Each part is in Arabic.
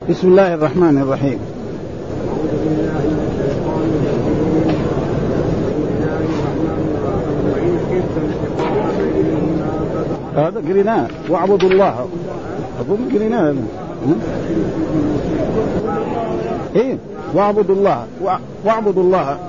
بسم الله الرحمن الرحيم. هذا قريناه واعبدوا الله، أظن قريناه. إيه واعبدوا الله واعبدوا الله.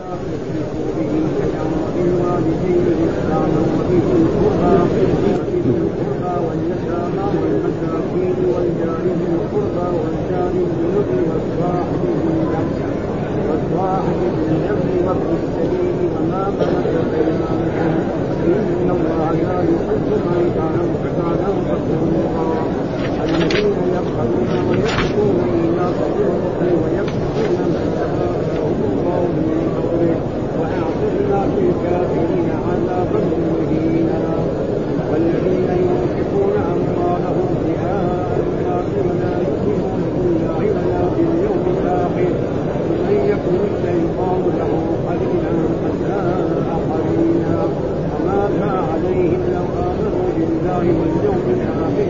والذين ينفقون أموالهم رئاء الناس ولا يؤمنون بالله ولا باليوم الآخر ومن يكن الشيطان له قرينا فساء قرينا وما عليهم لو آمنوا بالله واليوم الآخر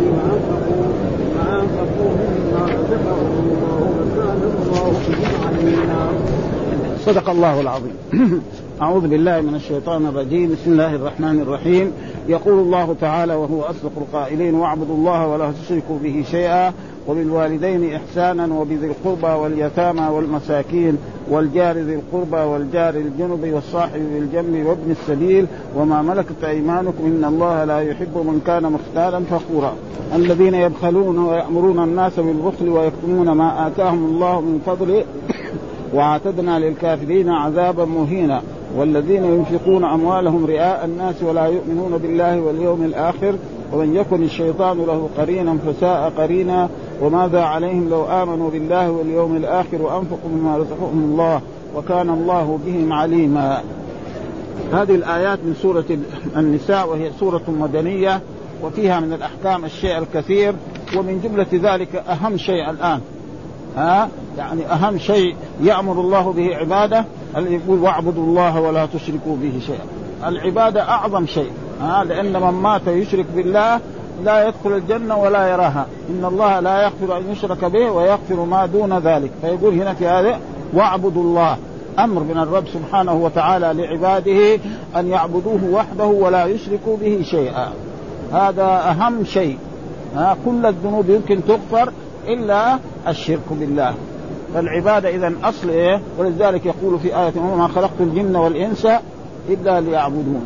وأنفقوا مما رزقهم الله وكان الله بهم عليما. صدق الله العظيم. أعوذ بالله من الشيطان الرجيم. بسم الله الرحمن الرحيم. يقول الله تعالى وهو أصدق القائلين: واعبدوا الله ولا تشركوا به شيئا وبالوالدين إحسانا وبذي القربى واليتامى والمساكين والجار ذي القربى والجار الجنب والصاحب بالجنب وابن السبيل وما ملكت أيمانكم إن الله لا يحب من كان مختالا فخورا. الذين يبخلون ويأمرون الناس بالبخل ويكتمون ما آتاهم الله من فضله وأعتدنا للكافرين عذابا مهينا. والذين ينفقون أموالهم رئاء الناس ولا يؤمنون بالله واليوم الآخر ومن يكن الشيطان له قرينا فساء قرينا وماذا عليهم لو آمنوا بالله واليوم الآخر وأنفقوا مما رزقهم الله وكان الله بهم عليما. هذه الآيات من سورة النساء وهي سورة مدنية وفيها من الأحكام الشيء الكثير، ومن جملة ذلك أهم شيء الآن يعني أهم شيء يأمر الله به عباده، يقول واعبدوا الله ولا تشركوا به شيئا. العبادة أعظم شيء، لأن من مات يشرك بالله لا يدخل الجنة ولا يراها. إن الله لا يغفر أن يشرك به ويغفر ما دون ذلك. فيقول هنا في هذا واعبدوا الله، أمر من الرب سبحانه وتعالى لعباده أن يعبدوه وحده ولا يشركوا به شيئا. هذا أهم شيء. كل الذنوب يمكن تغفر إلا الشرك بالله. فالعبادة إذن أصل إيه؟ ولذلك يقول في آية: وما خلقت الجن والإنس إلا ليعبدون.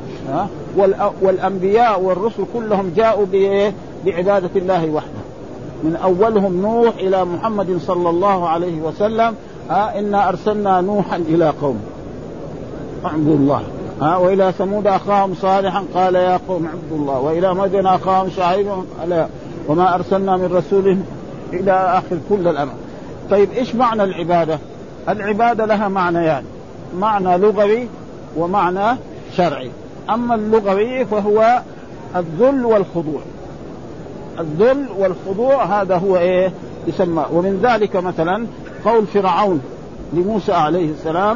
والأنبياء والرسل كلهم جاءوا بعبادة الله وحده، من أولهم نوح إلى محمد صلى الله عليه وسلم. إنا أرسلنا نوحا إلى قوم اعبدوا الله. وإلى ثمود أخاهم صالحا قال يا قوم اعبدوا الله. وإلى مدين أخاهم شعيبا قال وما أرسلنا من رسول إلى آخر كل الأمر. طيب إيش معنى العبادة؟ العبادة لها معنيان: معنى لغوي ومعنى شرعي. أما اللغوي فهو الذل والخضوع. الذل والخضوع هذا هو إيه يسمى. ومن ذلك مثلا قول فرعون لموسى عليه السلام،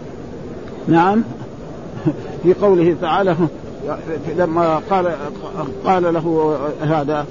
نعم، في قوله تعالى لما قال له هذا: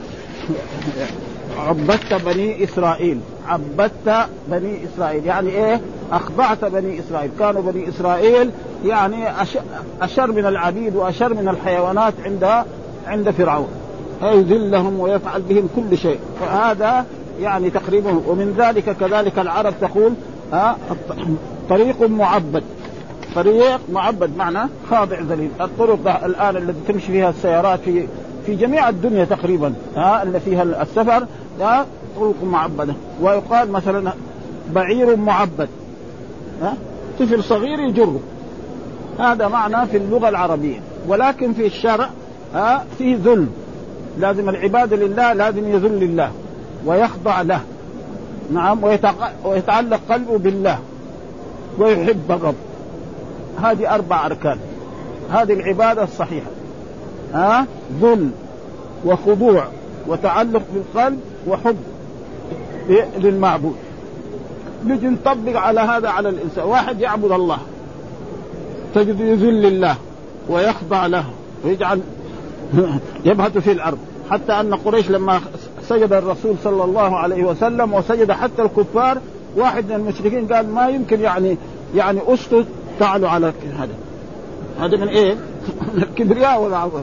عبدت بني إسرائيل. عبدت بني إسرائيل يعني إيه؟ أخضعت بني إسرائيل. كانوا بني إسرائيل يعني أشر من العبيد وأشر من الحيوانات عند فرعون، يذلهم ويفعل بهم كل شيء. فهذا يعني تقريبا. ومن ذلك كذلك العرب تقول طريق معبد. طريق معبد معنى خاضع ذليل. الطرق الآن التي تمشي فيها السيارات في جميع الدنيا تقريبا اللي فيها السفر طرق معبدة. ويقال مثلا بعير معبد، طفل صغير يجره. هذا معنى في اللغة العربية. ولكن في الشرع فيه ذل. لازم العبادة لله لازم يذل لله ويخضع له، نعم، ويتعلق قلبه بالله ويحب الرب. هذه 4 أركان هذه العبادة الصحيحة. ذل وخضوع وتعلق بالقلب وحب للمعبود. نجي نطبق على هذا على الإنسان. واحد يعبد الله تجد يذل لله ويخضع له ويجعل يبهت في الأرض. حتى أن قريش لما وسجد الرسول صلى الله عليه وسلم وسجد حتى الكفار. واحد من المشركين قال ما يمكن يعني أسكت تعالوا على هذا من إيه؟ من الكبرياء والعظمة.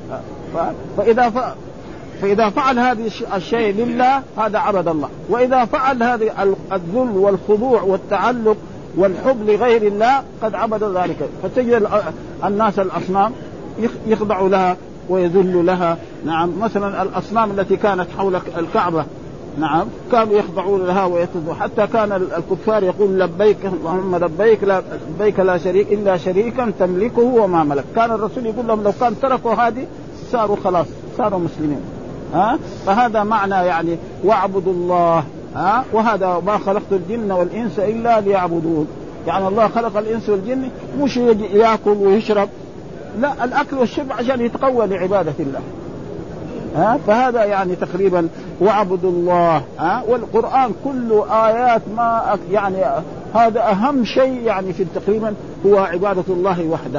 فإذا فعل هذا الشيء لله هذا عبد الله، وإذا فعل هذا الذل والخضوع والتعلق والحب لغير الله قد عبد ذلك. فتجد الناس الأصنام يخضعوا لها ويذل لها. نعم، مثلا الأصنام التي كانت حول الكعبة، نعم، كانوا يخضعون لها ويتذلوا، حتى كان الكفار يقول لبيك اللهم لبيك لا لبيك لا شريك إلا شريكا تملكه وما ملك. كان الرسول يقول لهم لو كان تركوا هذه صاروا خلاص صاروا مسلمين. فهذا معنى يعني واعبدوا الله. وهذا ما خلقت الجن والإنس إلا ليعبدون. يعني الله خلق الإنس والجن مش يأكل ويشرب، لا، الأكل والشرب عشان يتقوى لعبادة الله. فهذا يعني تقريبا واعبدوا الله. والقرآن كله آيات ما يعني هذا أهم شيء يعني في تقريبا هو عبادة الله وحده.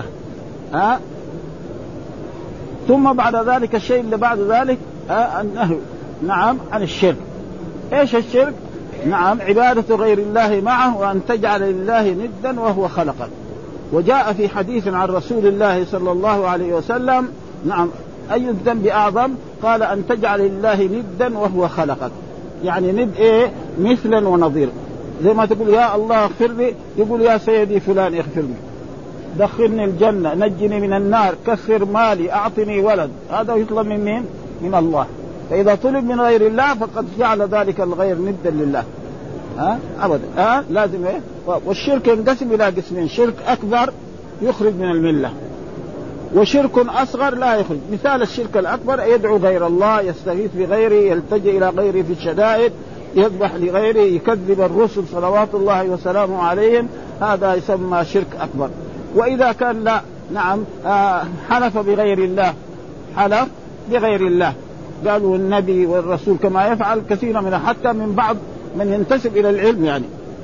ثم بعد ذلك الشيء اللي بعد ذلك النهي، نعم، عن الشرك. ايش الشرك؟ نعم، عبادة غير الله معه، وأن تجعل لله ندا وهو خلقك. وجاء في حديث عن رسول الله صلى الله عليه وسلم، نعم، أي الذنب أعظم؟ قال أن تجعل لله ندا وهو خلقك. يعني ند إيه؟ مثلا ونظير. زي ما تقول يا الله اغفر لي، يقول يا سيدي فلان اغفر لي، دخلني الجنة، نجني من النار، كثر مالي، أعطني ولد. هذا يطلب من مين؟ من الله. فإذا طلب من غير الله فقد جعل ذلك الغير ندا لله. أبدا. لازم إيه؟ والشرك ينقسم إلى قسمين: شرك أكبر يخرج من الملة، وشرك أصغر لا يخرج. مثال الشرك الأكبر: يدعو غير الله، يستغيث بغيره، يلتجئ إلى غيره في الشدائد، يذبح لغيره، يكذب الرسل صلوات الله وسلامه عليهم، هذا يسمى شرك أكبر. وإذا كان لا، نعم، حلف بغير الله، حلف بغير الله، قالوا النبي والرسول، كما يفعل كثير من حتى من بعض من ينتسب إلى العلم، يعني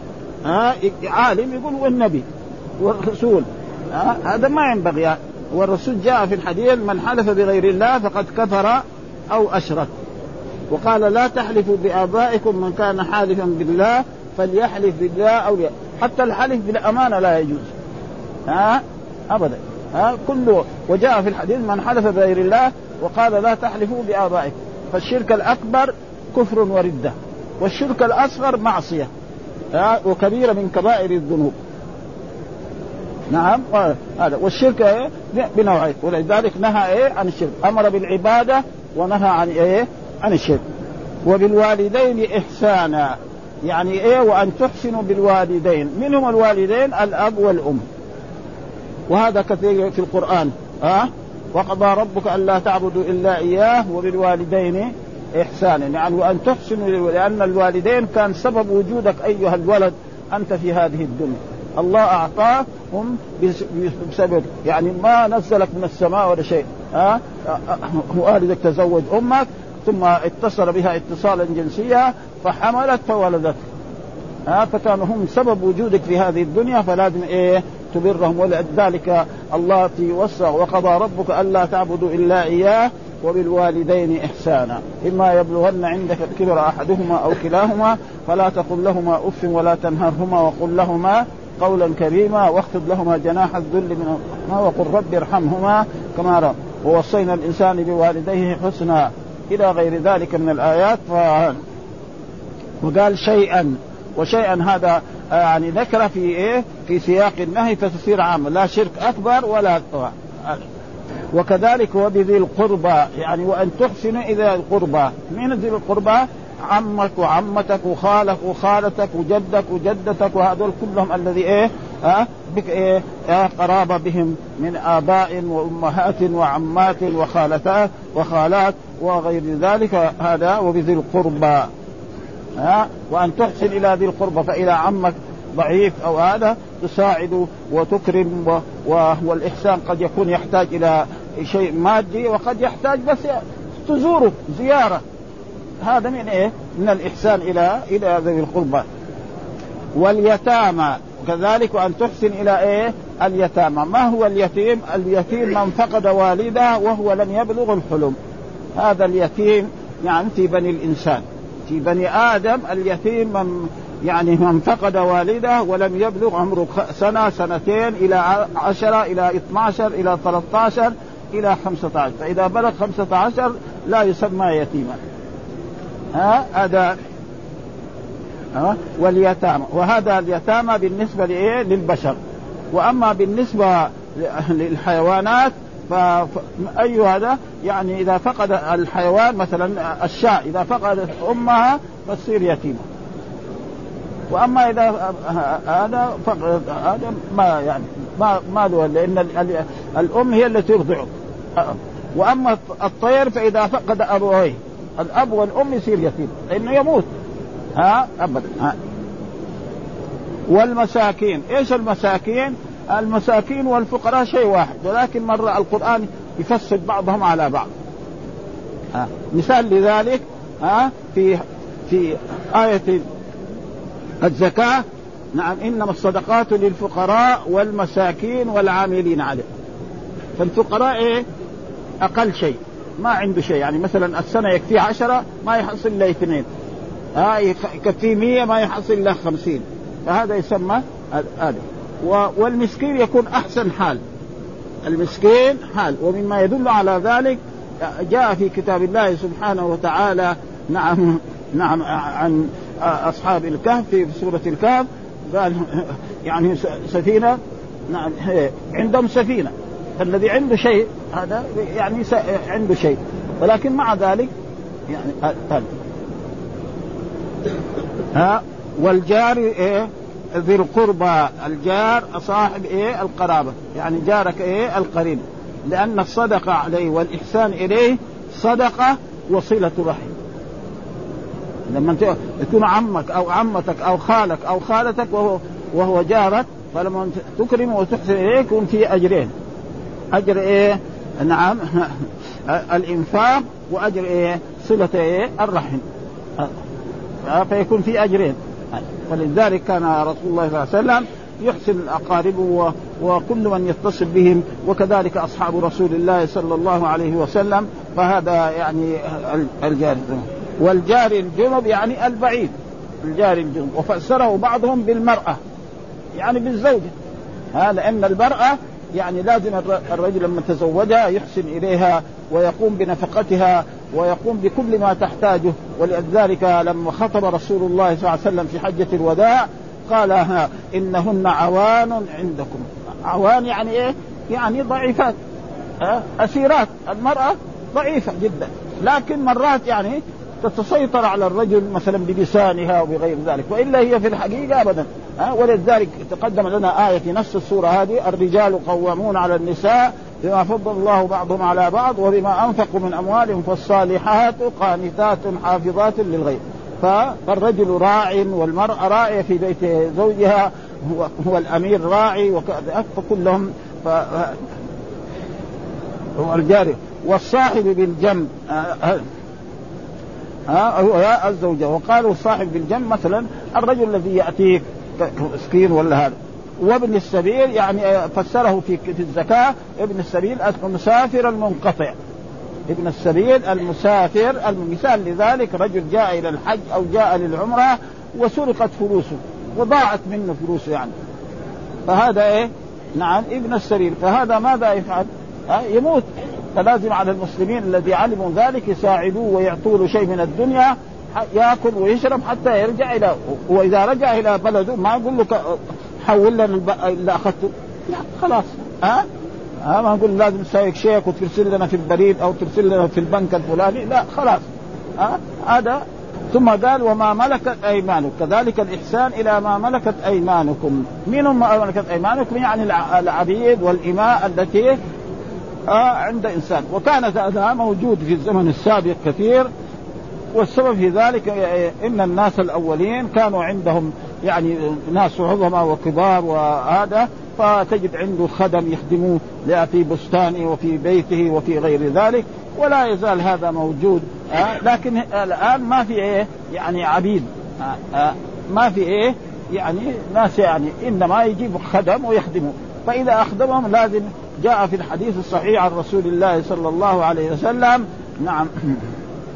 عالم يقول والنبي والرسول، هذا ما ينبغي. والرسول جاء في الحديث: من حلف بغير الله فقد كفر أو أشرك. وقال: لا تحلفوا بآبائكم، من كان حالفا بالله فليحلف بالله أو حتى الحلف بالأمانة لا يجوز. أبدا. كله. وجاء في الحديث: من حلف بغير الله، وقال: لا تحلفوا بآبائكم. فالشرك الأكبر كفر وردة، والشرك الأصغر معصية وكبيرة من كبائر الذنوب. نعم، هذا. والشرك بنوعين، ولذلك نهى عن الشرك، أمر بالعبادة ونهى عن الشرك. وبالوالدين إحسانا، يعني وأن تحسنوا بالوالدين. منهم الوالدين الأب والأم، وهذا كثير في القرآن. وقضى ربك ألا تعبدوا إلا إياه وبالوالدين إحسانا، يعني وأن تحسنوا، لأن الوالدين كان سبب وجودك أيها الولد أنت في هذه الدنيا. الله أعطاهم بسبب، يعني ما نزلك من السماء ولا شيء. والدك تزوج أمك ثم اتصل بها اتصالا جنسيا فحملت فولدت، فكانوا هم سبب وجودك في هذه الدنيا، فلازم تبرهم. ولذلك الله وصى: وقضى ربك ألا تعبدوا إلا إياه وبالوالدين إحسانا، إما يبلغن عندك الكبر أحدهما أو كلاهما فلا تقل لهما أف ولا تنهرهما وقل لهما قولا كريما واخفض لهما جناح الذل من وقل رب ارحمهما كما رأى ووصينا الإنسان بوالديه حسنا إلى غير ذلك من الآيات. وقال شيئا، وشيئا هذا يعني ذكر في سياق النهي فتصير عامة، لا شرك أكبر ولا. وكذلك وبذي القربى، يعني وأن تحسن إذا القربى. من ذي القربى؟ عمك وعمتك وخالك وخالتك وجدك وجدتك، وهذول كلهم الذي بك قرابة بهم من آباء وأمهات وعمات وخالتات وخالات وغير ذلك. هذا وبذي القربى. وأن تحسن إلى ذي القربى، فإلى عمك ضعيف أو هذا تساعد وتكرم. والإحسان قد يكون يحتاج إلى شيء مادي، وقد يحتاج بس تزوره زيارة. هذا من من الإحسان إلى ذوي القربى. واليتامى كذلك، وأن تحسن إلى اليتامى. ما هو اليتيم؟ اليتيم من فقد والده وهو لم يبلغ الحلم. هذا اليتيم يعني في بني الإنسان. في بني آدم اليتيم من فقد والده ولم يبلغ عمره سنة سنتين إلى 10 إلى 12 إلى 13 إلى 15. فإذا بلغ 15 لا يسمى يتيما. هذا واليتامى. وهذا اليتامى بالنسبة للبشر. وأما بالنسبة للحيوانات فأي هذا يعني إذا فقد الحيوان مثلا الشاة إذا فقدت أمها فتصير يتيمة. وأما إذا هذا فقد هذا ما له، لأن الأم هي التي ترضعه. وأما الطير فإذا فقد أبويه الأب والأم يصير يتيم لأنه يموت أبدا. والمساكين. إيش المساكين؟ المساكين والفقراء شيء واحد، ولكن مرة القرآن يفصل بعضهم على بعض. مثال لذلك في آية الزكاة. نعم إنما الصدقات للفقراء والمساكين والعاملين عليه. فالفقراء أقل شيء ما عنده شيء، يعني مثلا السنة يكفي 10 ما يحصل إلا 2 يكفي 100 ما يحصل إلا 50. فهذا يسمى هذا. والمسكين يكون أحسن حال. المسكين حال. ومما يدل على ذلك جاء في كتاب الله سبحانه وتعالى نعم عن أصحاب الكهف في سورة الكهف قال يعني سفينة. نعم عندهم سفينة، فالذي عنده شيء هذا يعني عنده شيء، ولكن مع ذلك يعني والجار ذي القربى. الجار صاحب القرابة، يعني جارك القريب، لأن الصدقة عليه والإحسان إليه صدقة وصلة رحم. لما يكون عمك أو عمتك أو خالك أو خالتك وهو جارك، فلما تكرم وتحسن إليه يكون في أجرين: أجر نعم الإنفاق، وأجر صلة الرحم، فيكون في أجرين. فلذلك كان رسول الله صلى الله عليه وسلم يحسن الأقارب وكل من يتصل بهم، وكذلك أصحاب رسول الله صلى الله عليه وسلم. فهذا يعني الجار. والجار الجنب يعني البعيد، الجار الجنب. وفسره بعضهم بالمرأة يعني بالزوجة، لأن المرأة يعني لازم الرجل لما تزوجها يحسن إليها ويقوم بنفقتها ويقوم بكل ما تحتاجه. ولذلك لما خطب رسول الله صلى الله عليه وسلم في حجة الوداع قال إنهن عوان عندكم. عوان يعني يعني ضعيفات، أسيرات. المرأة ضعيفة جدا، لكن مرات يعني تتسيطر على الرجل مثلا بلسانها وبغير ذلك، وإلا هي في الحقيقة أبدا. ولذلك تقدم لنا آية في نفس السورة هذه: الرجال قوامون على النساء بما فضل الله بعضهم على بعض وبما أنفقوا من أموالهم فالصالحات قانتات حافظات للغيب. فالرجل راع والمرأة راعية في بيت زوجها، هو الأمير راعي، فكلهم هو الجار. والصاحب بالجنب هو الزوجة. وقالوا الصاحب بالجنب مثلا الرجل الذي يأتيك مسكين ولا هذا. وابن السبيل يعني فسره في الزكاة ابن السبيل المسافر المنقطع. ابن السبيل المسافر. المثال لذلك رجل جاء إلى الحج أو جاء للعمرة وسرقت فلوسه وضاعت منه فلوسه يعني، فهذا نعم ابن السبيل. فهذا ماذا يفعل؟ يموت. فلازم على المسلمين الذي علموا ذلك يساعدوه ويعطوا له شيء من الدنيا يأكل ويشرب حتى يرجع إلى، وإذا رجع إلى بلده ما يقول له حول لنا اللي أخذته، لا خلاص. ما نقول لازم نسوي شيك وترسل لنا في البريد أو ترسل لنا في البنك الفلاني، لا خلاص. هذا. ثم قال وما ملكت أيمانكم. كذلك الإحسان إلى ما ملكت أيمانكم. منهم ما ملكت أيمانكم يعني العبيد والإماء التي عند إنسان. وكانت هذا موجود في الزمن السابق كثير. والسبب في ذلك إن الناس الأولين كانوا عندهم يعني ناس عظماء وكبار وهذا، فتجد عنده خدم يخدموه في بستانه وفي بيته وفي غير ذلك، ولا يزال هذا موجود. لكن الآن ما في يعني عبيد، ما في يعني ناس يعني إنما يجيب خدم ويخدمه. فإذا أخدمهم لازم جاء في الحديث الصحيح عن رسول الله صلى الله عليه وسلم نعم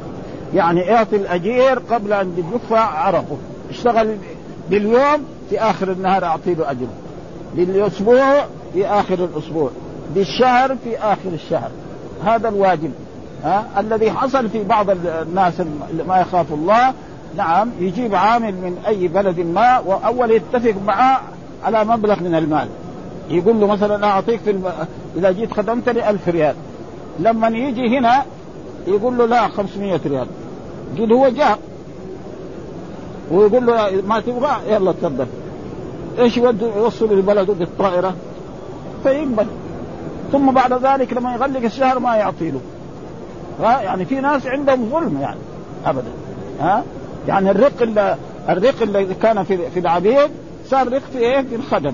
يعني يعطي الأجير قبل أن يدفع عرفه. اشتغل باليوم في آخر النهار أعطي له أجره، بالأسبوع في آخر الأسبوع، بالشهر في آخر الشهر. هذا الواجب الذي حصل في بعض الناس ما يخاف الله. نعم، يجيب عامل من أي بلد ما وأول يتفق معه على مبلغ من المال، يقول له مثلا أعطيك إذا جيت خدمتني 1000 ريال، لما يجي هنا يقول له لا 500 ريال. قد هو جاء ويقول له ما تبغى يلا تفضل. ايش يوصل لبلده بالطائرة فيقبل، ثم بعد ذلك لما يغلق الشهر ما يعطي له. يعني في ناس عندهم ظلم يعني أبدا. يعني الرق اللي كان في العبيد صار رق في ايه؟ في الخدم.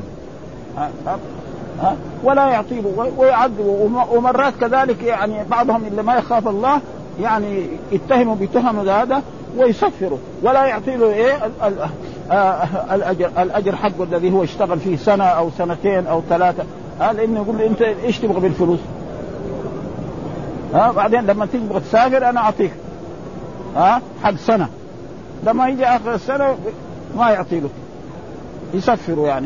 ولا يعطي له ويعذب. ومرات كذلك يعني بعضهم اللي ما يخاف الله يعني يتهموا بتهم هذا ويسفروا ولا يعطي له ايه الأجر حقه الذي هو اشتغل فيه سنة أو سنتين أو 3. لأنه يقول لي أنت إيش تبغى بالفلوس؟ بعدين لما تبغى تسافر أنا أعطيك حق سنة، لما يجي آخر السنة ما يعطي له، يسفروا يعني.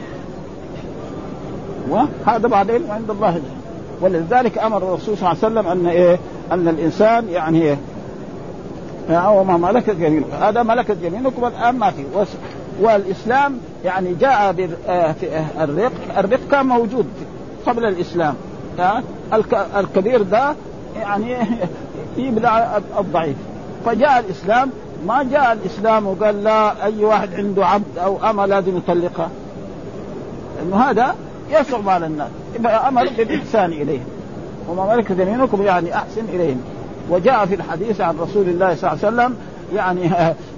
وهذا بعدين عند الله. ولذلك أمر الرسول صلى الله عليه وسلم أن إيه؟ أن الإنسان يعني أو ما ملكت يمينك، هذا ملكت يمينكم الآن ما في. والإسلام يعني جاء الرق كان موجود قبل الإسلام. الكبير ده يعني يبلع الضعيف، فجاء الإسلام. ما جاء الإسلام وقال لا أي واحد عنده عبد أو أمة لازم يطلقها، إنه هذا يصعب على الناس. أمر بالإحسان إليهم، وما ملكت يمينكم يعني أحسن إليهم. وجاء في الحديث عن رسول الله صلى الله عليه وسلم يعني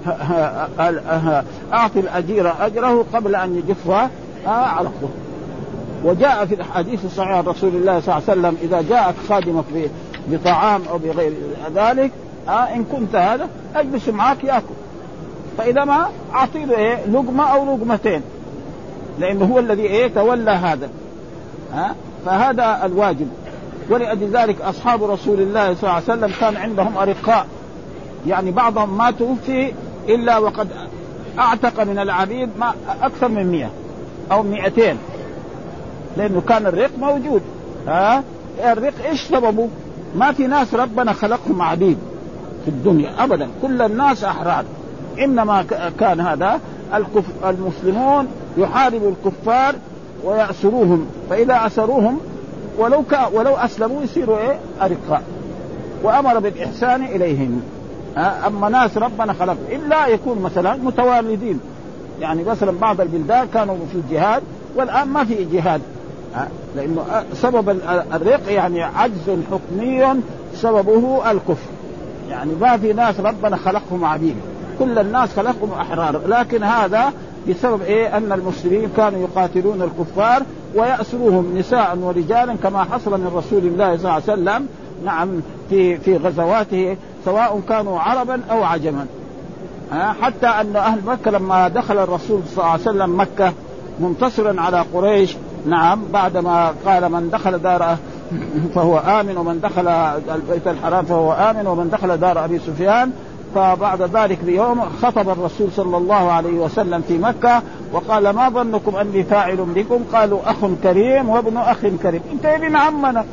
أعطي الأجير أجره قبل أن يجف عرقه. وجاء في الحديث الصحيح عن رسول الله صلى الله عليه وسلم إذا جاءك خادمك بطعام أو بغير ذلك إن كنت هذا أجلس معك يأكل، فإذا ما أعطي له إيه؟ لقمة أو لقمتين، لأنه هو الذي إيه؟ تولى هذا. فهذا الواجب. ولأجل ذلك أصحاب رسول الله صلى الله عليه وسلم كان عندهم أرقاء، يعني بعضهم ما توفي إلا وقد أعتق من العبيد ما أكثر من 100 أو 200، لأنه كان الرق موجود. الرق إيش سببه؟ ما في ناس ربنا خلقهم عبيد في الدنيا أبدا، كل الناس أحرار. إنما كان هذا المسلمون يحاربوا الكفار ويأسروهم، فإذا أسروهم ولو أسلموا يصيروا إيه؟ أرقاء. وأمر بالإحسان إليهم. أما ناس ربنا خلق إلا يكون مثلا متوالدين، يعني مثلا بعض البلدان كانوا في الجهاد والآن ما في جهاد، لأنه سبب الرق يعني عجز حكمي سببه الكفر. يعني ما في ناس ربنا خلقهم عبيد، كل الناس خلقهم أحرار، لكن هذا بسبب إيه؟ أن المسلمين كانوا يقاتلون الكفار ويأسروهم نساء ورجالا كما حصل من رسول الله صلى الله عليه وسلم. نعم، في غزواته سواء كانوا عربا أو عجما. حتى أن أهل مكة لما دخل الرسول صلى الله عليه وسلم مكة منتصرا على قريش، نعم، بعدما قال من دخل دار فهو آمن ومن دخل البيت الحرام فهو آمن ومن دخل دار أبي سفيان. فبعد ذلك بيوم خطب الرسول صلى الله عليه وسلم في مكة وقال ما ظنكم أني فاعل بكم؟ قالوا أخ كريم وابن أخ كريم. أنت ابن عمنا،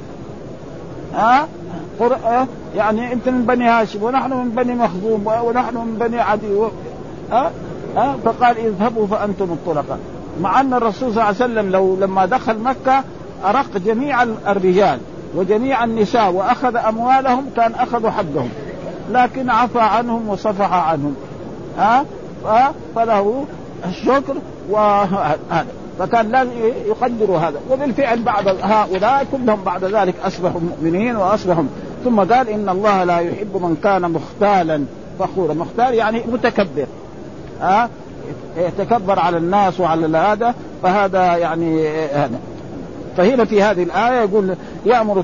يعني أنت من بني هاشم ونحن من بني مخزوم ونحن من بني عدي فقال اذهبوا فأنتم الطلقاء. مع أن الرسول صلى الله عليه وسلم لما دخل مكة أرق جميع الرجال وجميع النساء وأخذ أموالهم، كان أخذوا حقهم، لكن عفى عنهم وصفح عنهم. فله الشكر وهذا، فكان لازم يقدروا هذا. وبالفعل بعض هؤلاء كلهم بعد ذلك أصبحوا مؤمنين وأصبحوا. ثم قال إن الله لا يحب من كان مختالا فخورا. مختال يعني متكبر، يتكبر على الناس وعلى هذا. فهذا يعني هذا. فهنا في هذه الآية يقول يأمر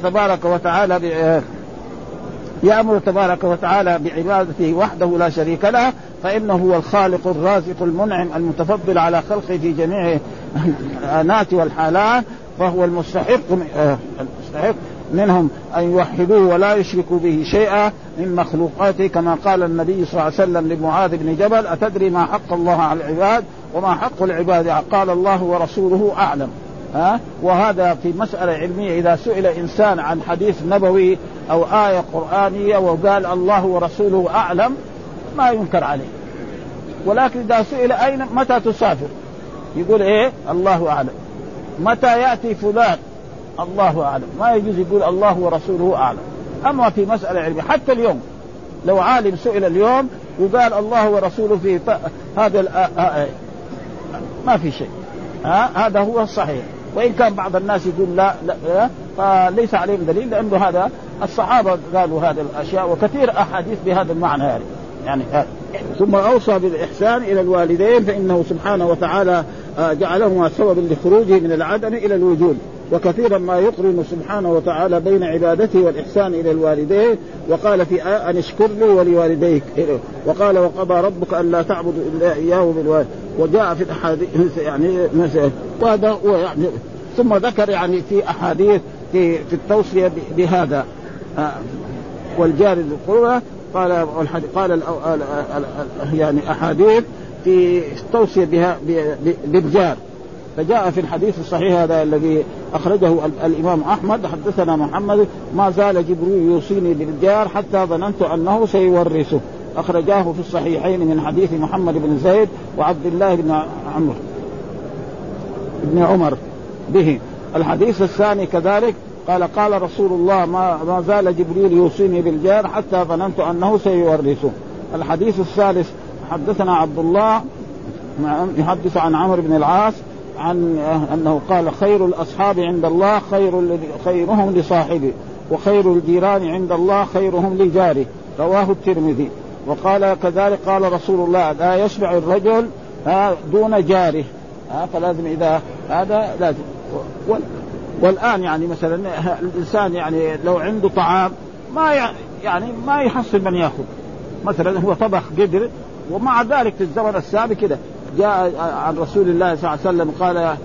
تبارك وتعالى بعبادته وحده لا شريك له، فإنه هو الخالق الرازق المنعم المتفضل على خلقه في جميع الآنات والحالات، فهو المستحق منهم أن يوحدوه ولا يشركوا به شيئا من مخلوقاته، كما قال النبي صلى الله عليه وسلم لمعاذ بن جبل: أتدري ما حق الله على العباد وما حق العباد؟ قال: الله ورسوله أعلم. وهذا في مسألة علمية، إذا سئل إنسان عن حديث نبوي أو آية قرآنية وقال الله ورسوله أعلم ما ينكر عليه. ولكن إذا سئل متى تسافر يقول الله أعلم. متى يأتي فلان الله أعلم. ما يجوز يقول الله ورسوله أعلم. أما في مسألة علمية حتى اليوم لو عالم سئل اليوم وقال الله ورسوله في هذا ما في شيء. هذا هو الصحيح. وإن كان بعض الناس يقول لا فليس عليهم دليل، لأنه هذا الصحابة قالوا هذه الأشياء وكثير أحاديث بهذا المعنى يعني. ثم أوصى بالإحسان إلى الوالدين، فإنه سبحانه وتعالى جعلهما سببا لخروجه من العدم إلى الوجود. وكثيرا ما يقرن سبحانه وتعالى بين عبادته والإحسان إلى الوالدين. وقال في أن اشكر لي ولوالديك، وقال: وقضى ربك ألا تعبدوا إلا إياه بالوالد. وجاء في الأحاديث يعني وهذا يعني. ثم ذكر يعني في أحاديث في التوصية بهذا والجار ذي القربى. قال يعني أحاديث في التوصية بها بالجار. فجاء في الحديث الصحيح هذا الذي أخرجه الإمام أحمد: حدثنا محمد: ما زال جبريل يوصيني بالجار حتى ظننت أنه سيورثه. أخرجاه في الصحيحين من حديث محمد بن زيد وعبد الله بن عمر به. الحديث الثاني كذلك قال رسول الله: ما زال جبريل يوصيني بالجار حتى ظننت أنه سيورثه. الحديث الثالث: حدثنا عبد الله يحدث عن عمرو بن العاص عن أنه قال: خير الأصحاب عند الله خيرهم لصاحبه، وخير الجيران عند الله خيرهم لجاره. رواه الترمذي. وقال كذلك قال رسول الله: لا يشبع الرجل دون جاره. فلازم إذا هذا لازم. والآن يعني مثلا الإنسان يعني لو عنده طعام ما يحصل من يأخذ. مثلا هو طبخ قدر، ومع ذلك في الزمن السابق كده جاء عن رسول الله صلى الله عليه وسلم قال: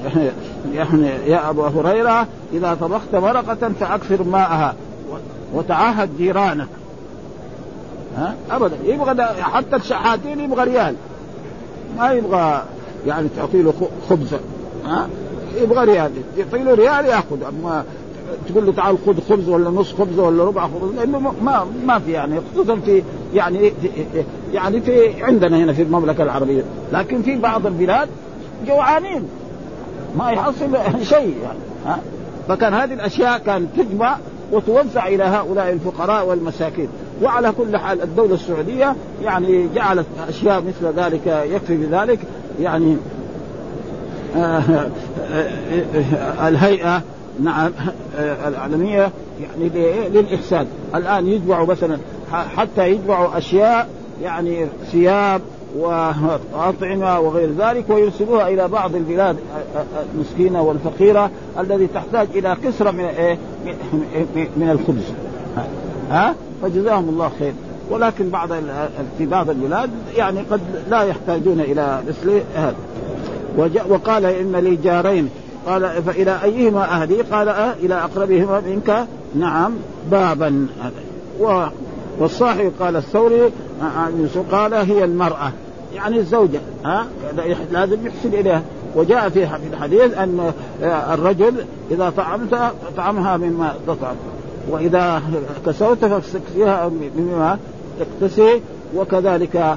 يا أبو هريرة إذا طبخت مرقة فأكثر ماءها وتعاهد جيرانك. أبدا يبغى حتى الشحاتين يبغى ريال، ما يبغى يعني تعطي له خبزة. يبغى ريال، يعطي له ريال يأخذ. أما تقول له تعال خذ خبز ولا نص خبز ولا ربع خبز، لأنه ما في يعني، خصوصا في يعني في عندنا هنا في المملكة العربية. لكن في بعض البلاد جوعانين ما يحصل شيء يعني. فكان هذه الأشياء كانت تجمع وتوزع إلى هؤلاء الفقراء والمساكين. وعلى كل حال الدولة السعودية يعني جعلت أشياء مثل ذلك يكفي بذلك يعني. الهيئة العالمية يعني للإحسان الآن يجمعوا مثلا حتى يجمعوا أشياء يعني ثياب وأطعمة وغير ذلك ويرسلوها إلى بعض البلاد المسكينة والفقيرة الذي تحتاج إلى كسرة من الخبز. فجزاهم الله خير. ولكن في بعض البلاد يعني قد لا يحتاجون إلى مثل هذا. وقال: إن لي جارين. قال: فإلى أيهما أهدي؟ قال: إلى أقربهما منك نعم بابا. والصاحب قال الثوري قال: هي المرأة يعني الزوجة، لازم يحسن إليها. وجاء في الحديث أن الرجل إذا طعمها مما تطعم، وإذا كسوت فاكسيها مما تكتسي، وكذلك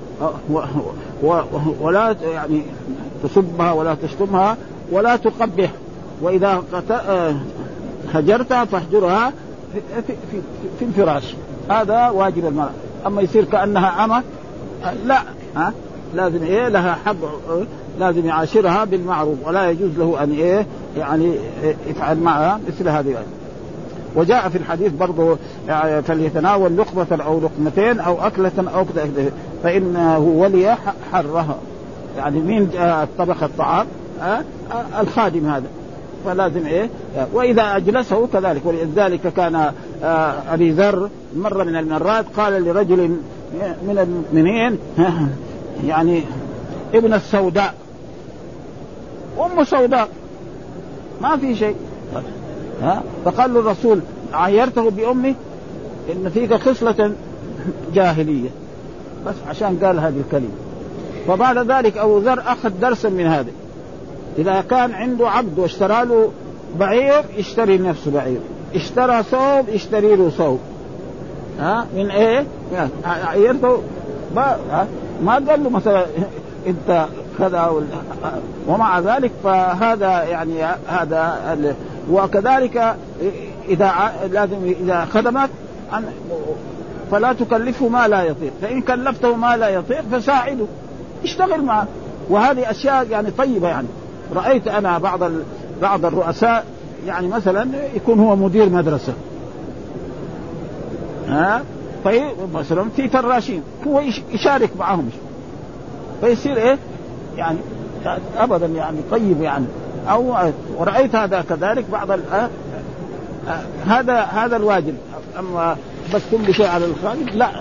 ولا يعني تصبها ولا تشتمها ولا تقبح، وإذا هجرتها فاهجرها في الفراش. هذا واجب المرأة. أما يصير كأنها أمة لا، لازم لها حق، لازم يعاشرها بالمعروف، ولا يجوز له أن يعني يفعل معها مثل هذه. وجاء في الحديث برضو يعني فليتناول لقمة أو لقمتين أو أكلة أو كذا، فإنه ولي حرها. يعني مين طبخ الطعام؟ الخادم هذا، فلازم وإذا أجلسه كذلك. ولذلك كان أبي ذر مرة من المرات قال لرجل من المؤمنين يعني ابن السوداء، أم سوداء ما في شيء، فقال له الرسول عيرته بأمي إن فيك خصلة جاهلية، بس عشان قال هذه الكلمة. فبعد ذلك أبو ذر أخذ درسا من هذا، إذا كان عنده عبد واشترى له بعير يشتري نفسه بعير، اشترى ثوب يشتري له ثوب. من إيه؟ عيرته ما قال له مثلا أنت كذا ومع ذلك. فهذا يعني هذا وكذلك إذا خدمك فلا تكلفه ما لا يطيق، فإن كلفته ما لا يطيق فساعده، اشتغل معه. وهذه أشياء يعني طيبة. يعني رأيت أنا بعض الرؤساء يعني مثلا يكون هو مدير مدرسة مثلا في فراشين هو يشارك معهم فيصير إيه يعني أبدا يعني طيب يعني. أو ورأيت هذا كذلك بعض هذا الواجب. أما بس كل شيء على الخالق لا.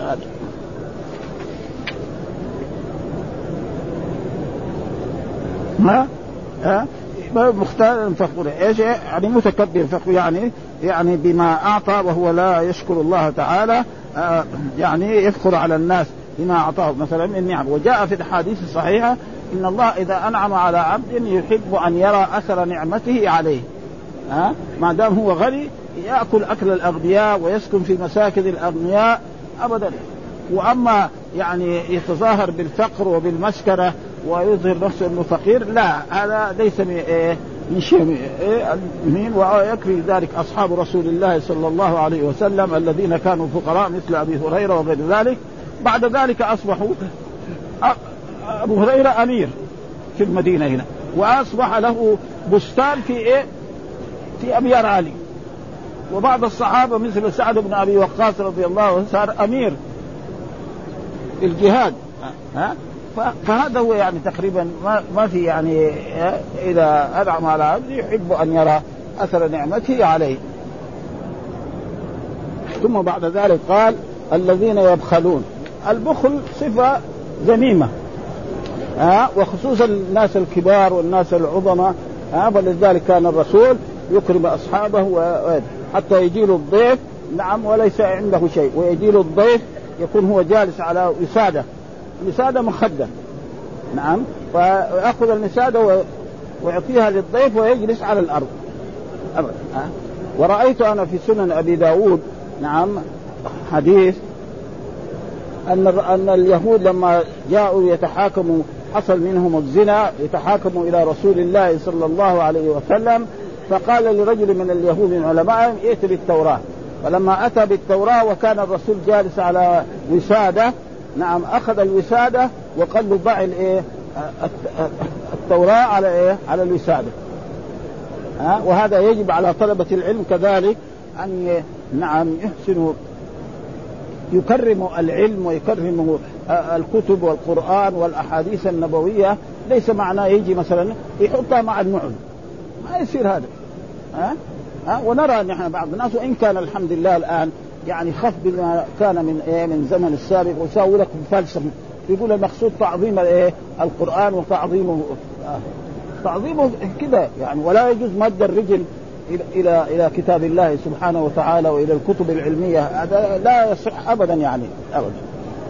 مختار فخور ايش يعني متكبر فخور يعني بما اعطى وهو لا يشكر الله تعالى، يعني يفخر على الناس بما اعطاه مثلا من نعم. وجاء في الحديث الصحيحه ان الله اذا انعم على عبد يحب ان يرى اثر نعمته عليه. ما دام هو غني ياكل اكل الاغنياء ويسكن في مساكن الاغنياء ابدا. واما يعني يتظاهر بالفقر وبالمسكنه ويظهر نفسه انه فقير، لا، هذا ليس من شيء مين. ويكفي ذلك اصحاب رسول الله صلى الله عليه وسلم الذين كانوا فقراء مثل ابي هريره وغير ذلك. بعد ذلك اصبحوا ابو هريره امير في المدينه هنا، واصبح له بستان في ابيار علي. وبعض الصحابه مثل سعد بن ابي وقاص رضي الله عنه صار امير في الجهاد. فهذا هو يعني تقريبا ما في يعني إذا أنعم على عبد يحب أن يرى أثر نعمته عليه. ثم بعد ذلك قال الذين يبخلون. البخل صفة ذميمة، وخصوصا الناس الكبار والناس العظماء. فلذلك كان الرسول يكرم أصحابه حتى يجي له الضيف نعم وليس عنده شيء، ويجي له الضيف يكون هو جالس على وسادة مخدة نعم، فيأخذ الوسادة ويعطيها للضيف ويجلس على الأرض أبدا. ورأيت أنا في سنن أبي داود نعم حديث أن اليهود لما جاءوا يتحاكموا حصل منهم الزنا يتحاكموا إلى رسول الله صلى الله عليه وسلم، فقال لرجل من اليهود من علمائهم ائت بالتوراة. فلما أتى بالتوراة وكان الرسول جالس على وسادة نعم أخذ الوسادة وقال له ضع التوراة على الوسادة. وهذا يجب على طلبة العلم كذلك أن نعم يحسنوا يكرموا العلم ويكرموا الكتب والقرآن والأحاديث النبوية. ليس معناه يجي مثلا يحطها مع النعل، ما يصير هذا. ونرى نحن بعض الناس وإن كان الحمد لله الآن يعني خف بما كان من زمن السابق، ويساوي لك فلسفة يقول المقصود تعظيم القرآن وتعظيمه كده يعني، ولا يجوز مد الرجل إلى كتاب الله سبحانه وتعالى وإلى الكتب العلمية، هذا لا يصح أبدا يعني أبدا.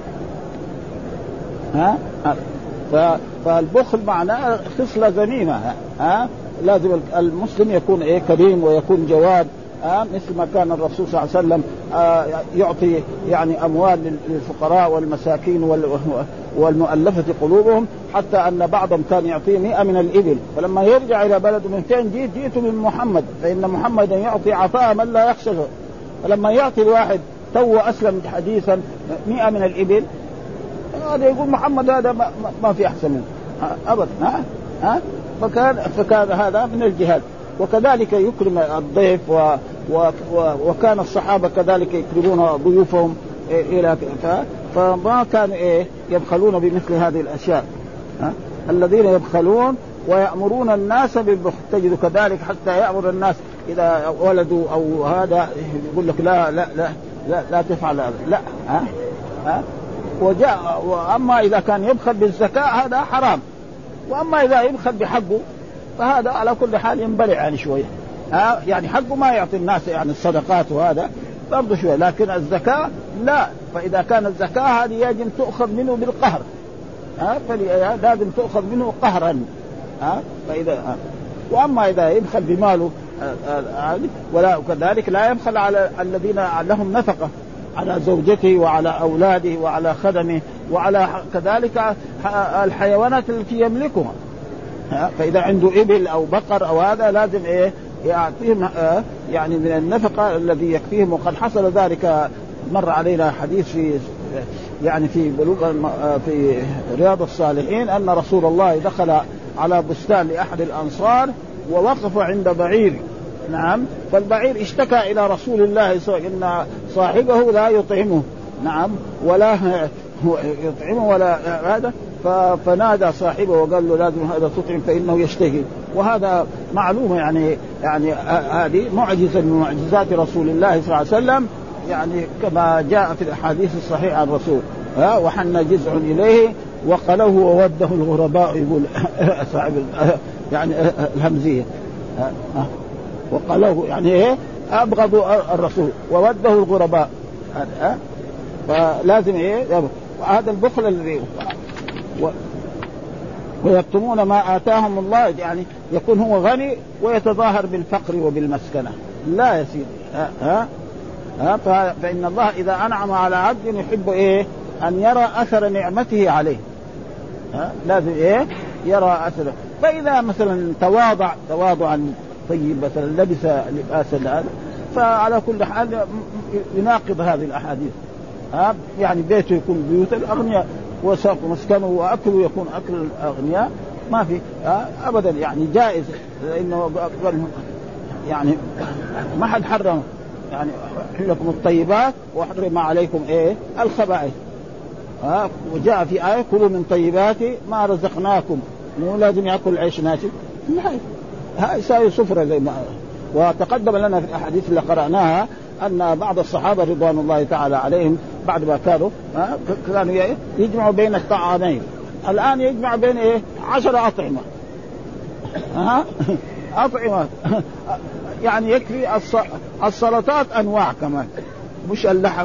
فالبخل معناه خصلة ذميمة. لازم المسلم يكون كريم ويكون جواد، مثل ما كان الرسول صلى الله عليه وسلم يعطي يعني أموال للفقراء والمساكين والمؤلفة قلوبهم، حتى أن بعضهم كان يعطيه 100 من الإبل، فلما يرجع إلى بلده من فين جئت من محمد، فإن محمدا يعطي عطاء من لا يخشى. فلما يعطي الواحد تو أسلم حديثا 100 من الإبل، هذا يقول محمد هذا ما في أحسن منه أبدا. فكان هذا من الجهاد. وكذلك يكرم الضيف وكان الصحابة كذلك يكرمون ضيوفهم فما كانوا يبخلون بمثل هذه الأشياء. الذين يبخلون ويأمرون الناس بالبخل، تجد كذلك حتى يأمر الناس إذا ولدوا أو هذا يقول لك لا لا لا لا, لا تفعل هذا لا وأما إذا كان يبخل بالزكاة هذا حرام، وأما إذا يبخل بحقه فهذا على كل حال ينبلع يعني شوية. يعني حقه ما يعطي الناس يعني الصدقات وهذا برضه شوية، لكن الزكاة لا. فإذا كان الزكاة هذه يجب تؤخذ منه بالقهر، فلازم تؤخذ منه قهرا. فإذا وأما إذا يبخل بماله ولا كذلك لا يبخل على الذين لهم نفقة على زوجته وعلى أولاده وعلى خدمه وعلى كذلك الحيوانات التي يملكها. فإذا عنده إبل أو بقر أو هذا لازم يعطيهم يعني من النفقة الذي يكفيهم. وقد حصل ذلك، مر علينا حديث في يعني في رياض الصالحين أن رسول الله دخل على بستان لأحد الأنصار ووقف عند بعير. نعم. فالبعير اشتكى إلى رسول الله إن صاحبه لا يطعمه، نعم، ولا يطعمه ولا هذا. فنادى صاحبه وقال له لازم هذا تطعم فإنه يشتهي. وهذا معلومة يعني هذه معجزة من معجزات رسول الله صلى الله عليه وسلم، يعني كما جاء في الأحاديث الصحيحة عن الرسول. وحن جزع إليه وقله ووده الغرباء، يقول صاحب يعني الهمزية، وقله يعني أبغض الرسول ووده الغرباء. فلازم وهذا البخل الذي ويكتمون ما آتاهم الله، يعني يكون هو غني ويتظاهر بالفقر وبالمسكنة. لا يا سيدي، فإن الله إذا أنعم على عبد يحب أن يرى أثر نعمته عليه. لازم يرى أثره. فإذا مثلا تواضعا طيب، مثلا لبس لباسا هذا، فعلى كل حال يناقض هذه الأحاديث. يعني بيته يكون بيوت الأغنياء وساق مسكنه وأكله يكون أكل الأغنياء، ما في أبدا، يعني جائز. لأنه يعني ما حد حرم، يعني أحل لكم الطيبات وحرم عليكم الخبائث. وجاء في آية كلوا من طيبات ما رزقناكم، مو لازم يأكل عيش ناشف، يساوي صفر زي ما. وتقدم لنا في الأحاديث اللي قرأناها أن بعض الصحابة رضوان الله تعالى عليهم بعد ما كانوا يجمعوا بين الطعامين، الآن يجمع بين 10 أطعمة. أطعمة يعني يكفي السلطات أنواع كمان، مش اللحم.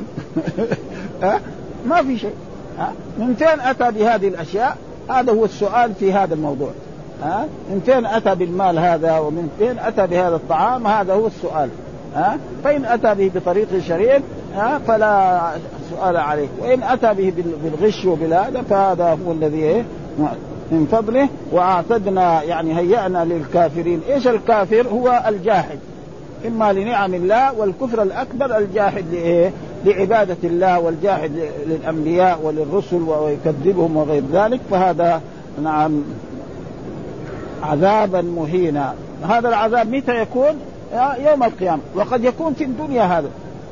ما في شيء. من فين أتى بهذه الأشياء؟ هذا هو السؤال في هذا الموضوع. من فين أتى بالمال هذا، ومن فين أتى بهذا الطعام؟ هذا هو السؤال. فإن أتى به بطريق شريف فلا سؤال عليه، وإن أتى به بالغش وبالهذا فهذا هو الذي من فضله. وأعتدنا يعني هيأنا للكافرين. إيش الكافر؟ هو الجاحد إما لنعم الله، والكفر الأكبر الجاحد لعبادة الله، والجاحد للأنبياء وللرسل ويكذبهم وغير ذلك. فهذا نعم عذابا مهينا. هذا العذاب متى يكون؟ يوم القيامة. وقد يكون في الدنيا هذا،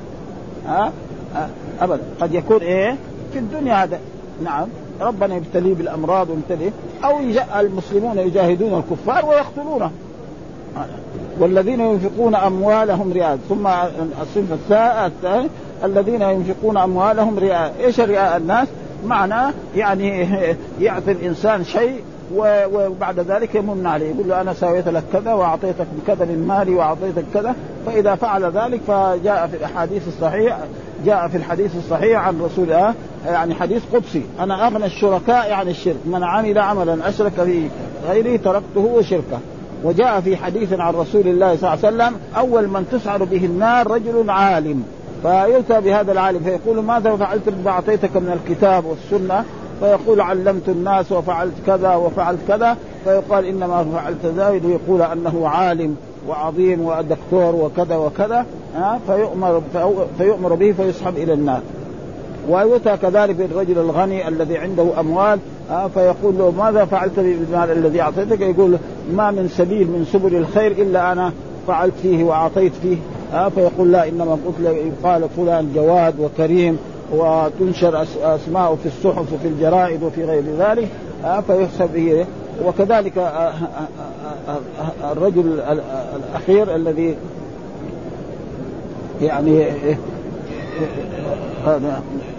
أبدا قد يكون في الدنيا هذا. نعم، ربنا يبتليه بالأمراض ويبتليه، أو المسلمون يجاهدون الكفار ويقتلونه. والذين ينفقون أموالهم رئاء. ثم الصنف الثاني الذين ينفقون أموالهم رئاء. إيش رئاء الناس؟ معناه يعني يعطي الإنسان شيء وبعد ذلك يمن عليه، يقول له أنا سويت لك كذا وأعطيتك كذا من مالي وأعطيتك كذا. فإذا فعل ذلك فجاء في الحديث الصحيح، جاء في الحديث الصحيح عن رسول الله، يعني حديث قدسي: أنا أغنى الشركاء عن الشرك، من عمل عملا أشرك فيه غيري تركته وشركه. وجاء في حديث عن رسول الله صلى الله عليه وسلم: أول من تسعر به النار رجل عالم، فيؤتى بهذا العالم فيقول: ماذا فعلت بما أعطيتك من الكتاب والسنة؟ فيقول: علمت الناس وفعلت كذا وفعلت كذا. فيقال: إنما فعلت ذلك. ويقول أنه عالم وعظيم ودكتور وكذا وكذا، فيؤمر به فيسحب إلى النار. ويؤتى كذلك بالرجل الغني الذي عنده أموال، فيقول له: ماذا فعلت بالمال الذي أعطيتك؟ يقول: ما من سبيل من سبل الخير إلا أنا فعلت فيه وأعطيت فيه. فيقول: لا، إنما قلت يقال فلان جواد وكريم، وتنشر أسماءه في الصحف وفي الجرائد وفي غير ذلك، فيحسب به. وكذلك الرجل الأخير الذي يعني هذا،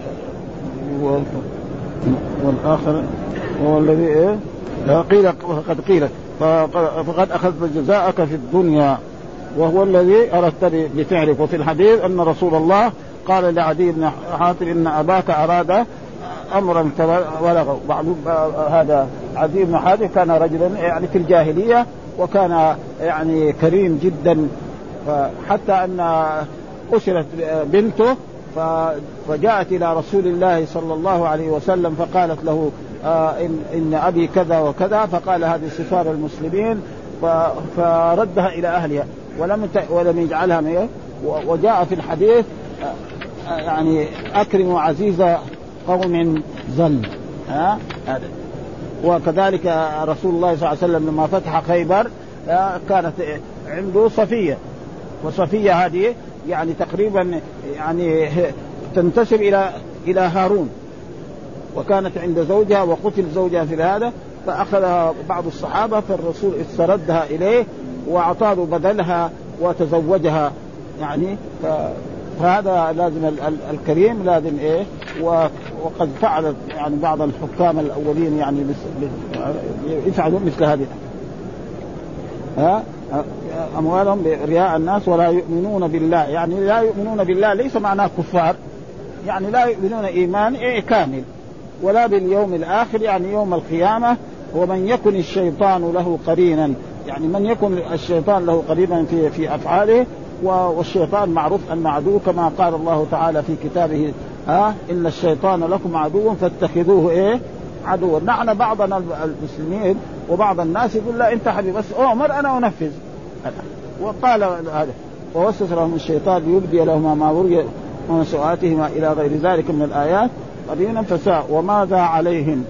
والآخر هو الذي قيل قد قيل فقد أخذت جزاءك في الدنيا وهو الذي أردت بفعلك. وفي الحديث أن رسول الله قال لعدي بن حاتم إن أباك أراد أمرا فبلغه. بعض هذا عدي بن حاتم كان رجلا يعني في الجاهلية وكان يعني كريم جدا، حتى أن أسرت بنته فجاءت إلى رسول الله صلى الله عليه وسلم فقالت له إن أبي كذا وكذا، فقال هذه صفار المسلمين فردها إلى أهلها ولم يجعلها. وجاء في الحديث يعني أكرم عزيز قوم ظل. وكذلك رسول الله صلى الله عليه وسلم لما فتح خيبر كانت عنده صفية، وصفية هذه يعني تقريبا يعني تنتسب إلى هارون، وكانت عند زوجها وقتل زوجها في هذا، فأخذها بعض الصحابة فالرسول استردها إليه وأعطاه بدلها وتزوجها يعني. فهذا لازم الكريم لازم وقد فعلت يعني بعض الحكام الأولين يعني يفعلون مثل هذه أموالهم برياء الناس ولا يؤمنون بالله. يعني لا يؤمنون بالله ليس معناه كفار، يعني لا يؤمنون إيمان كامل، ولا باليوم الآخر يعني يوم القيامة. ومن يكن الشيطان له قرينا، يعني من يكن الشيطان له قرينا في أفعاله، والشيطان معروف أن عدو كما قال الله تعالى في كتابه إن الشيطان لكم عدو فاتخذوه عدوا. نحن بعضنا المسلمين وبعض الناس يقول لا أنت حبيب بس أمر أنا أنفذ. وقال هذا ووسوس لهم الشيطان ليبدي لهما ما وري من سوآتهما إلى غير ذلك من الآيات قليلا فساء وماذا عليهم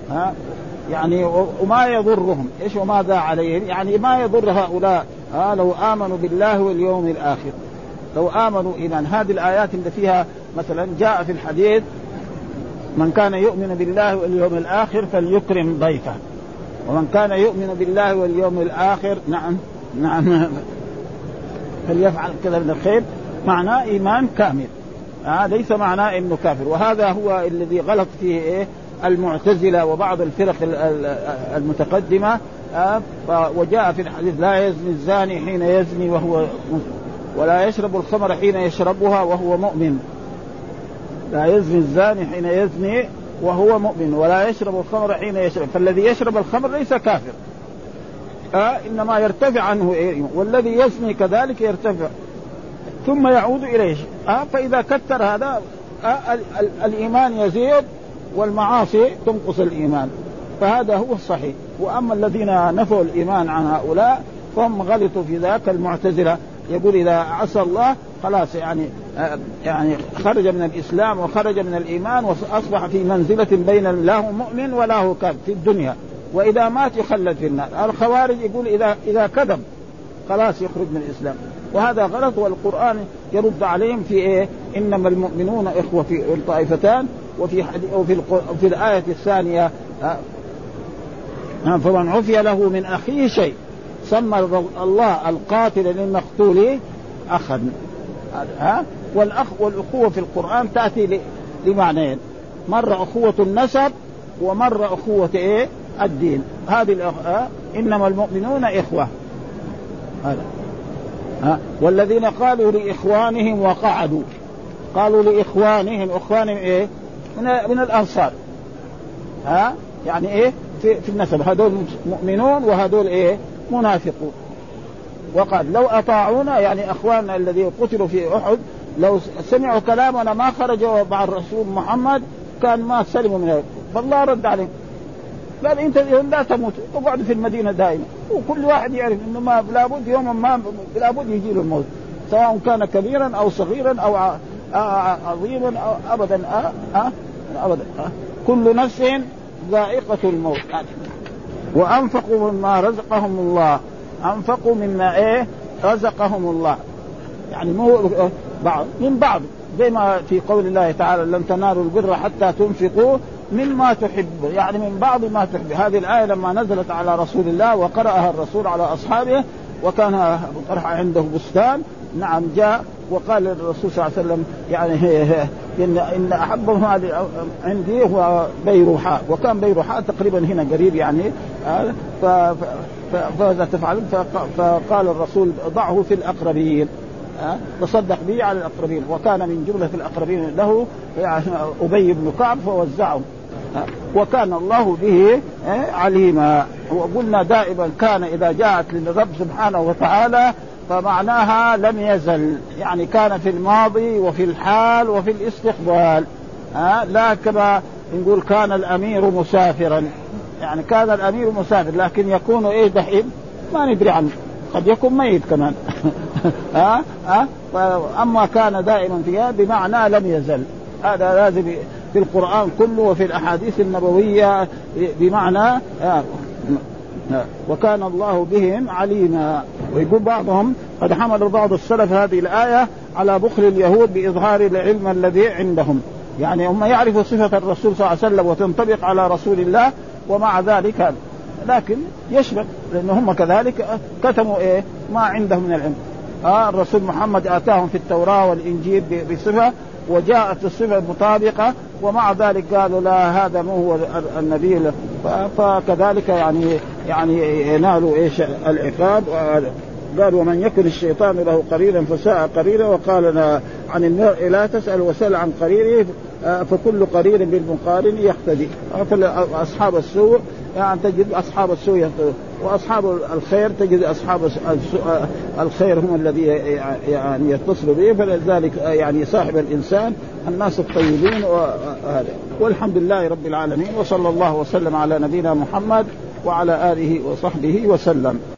يعني وما يضرهم إيش وماذا عليهم يعني ما يضر هؤلاء لو آمنوا بالله واليوم الآخر، لو آمنوا إيمان. هذه الآيات اللي فيها مثلا جاء في الحديث من كان يؤمن بالله واليوم الآخر فليكرم ضيفه، ومن كان يؤمن بالله واليوم الآخر نعم فليفعل كذا من الخير، معناه إيمان كامل. ليس معناه إنه كافر. وهذا هو الذي غلط فيه المعتزلة وبعض الفرق المتقدمة. وجاء في الحديث لا يزني الزاني حين يزني ولا يشرب الخمر حين يشربها وهو مؤمن. لا يزني الزاني حين يزني وهو مؤمن ولا يشرب الخمر حين يشرب. فالذي يشرب الخمر ليس كافر إنما يرتفع عنه والذي يزني كذلك يرتفع ثم يعود إليه. فإذا كثر هذا الإيمان يزيد والمعاصي تنقص الإيمان. فهذا هو الصحيح. وأما الذين نفوا الإيمان عن هؤلاء فهم غلطوا في ذاك. المعتزلة يقول إذا عصى الله خلاص يعني خرج من الإسلام وخرج من الإيمان وأصبح في منزلة بين له مؤمن وله كافر في الدنيا، وإذا مات يخلد في النار. الخوارج يقول إذا كذب خلاص يخرج من الإسلام، وهذا غلط. والقرآن يرد عليهم في إنما المؤمنون إخوة في الطائفتان. وفي الآية الثانية فمن عفي له من أخيه شيء سمى الله القاتل للمقتول أخا. والأخوة في القرآن تأتي لمعنيين، مرة أخوة النسب ومرة أخوة الدين. هذه إنما المؤمنون إخوة. والذين قالوا لإخوانهم وقعدوا قالوا لإخوانهم من الأنصار يعني في النسب هذول مؤمنون وهذول منافقون. وقد لو أطاعونا يعني أخواننا الذين قتلوا في أحد لو سمعوا كلامنا ما خرجوا مع الرسول محمد كان ما سلموا من هذا. فالله رد عليهم قال انت لا تموت اقعد في المدينة دائما، وكل واحد يعرف انه ما لابد يوما ما لابد يجي له الموت سواء كان كبيرا او صغيرا او عظيما أو ابدا ابدا كل نفس ذائقة الموت. وانفقوا مما رزقهم الله، انفقوا مما رزقهم الله يعني مو بعض من بعض، زي ما في قول الله تعالى لن تنالوا البر حتى تنفقوا مما تحب، يعني من بعض ما تحب. هذه الآية لما نزلت على رسول الله وقرأها الرسول على أصحابه وكان أبو طلحة عنده بستان جاء وقال للرسول صلى الله عليه وسلم يعني إن أحبهم عندي هو بيروحاء، وكان بيروحاء تقريبا هنا قريب يعني فماذا تفعل؟ فقال الرسول ضعه في الأقربين، تصدق به على الأقربين. وكان من جملة الأقربين له يعني أبي بن كعب فوزعهم، وكان الله به عليما. وقلنا دائما كان إذا جاءت للرب سبحانه وتعالى فمعناها لم يزل، يعني كان في الماضي وفي الحال وفي الاستقبال. لا كما نقول كان الأمير مسافرا، يعني كان الأمير مسافر لكن يكون دحين ما ندري عنه، قد يكون ميت كمان. أما كان دائما فيها بمعنى لم يزل. هذا لازم في القرآن كله وفي الأحاديث النبوية بمعنى وكان الله بهم عليما. ويقول بعضهم قد حمل بعض السلف هذه الآية على بخل اليهود بإظهار العلم الذي عندهم، يعني هم يعرفوا صفة الرسول صلى الله عليه وسلم وتنطبق على رسول الله، ومع ذلك لكن يشبك لأن هم كذلك كتموا ما عندهم من العلم. الرسول محمد آتاهم في التوراة والإنجيل بصفة وجاءت الصفة المطابقة، ومع ذلك قالوا لا هذا مو هو النبي، فكذلك يعني ينالوا العقاب. قال ومن يكن الشيطان له قرينا فساء قرينا. وقال عن المرء لا تسأل وسل عن قرينه فكل قرين بالمقارن يقتدي. أصحاب السوء يعني تجد أصحاب السوء يقتدون، وأصحاب الخير تجد أصحاب الخير هم الذي يعني يتصلوا به. فلذلك يعني صاحب الإنسان الناس الطيبين. والحمد لله رب العالمين، وصلى الله وسلم على نبينا محمد وعلى آله وصحبه وسلم.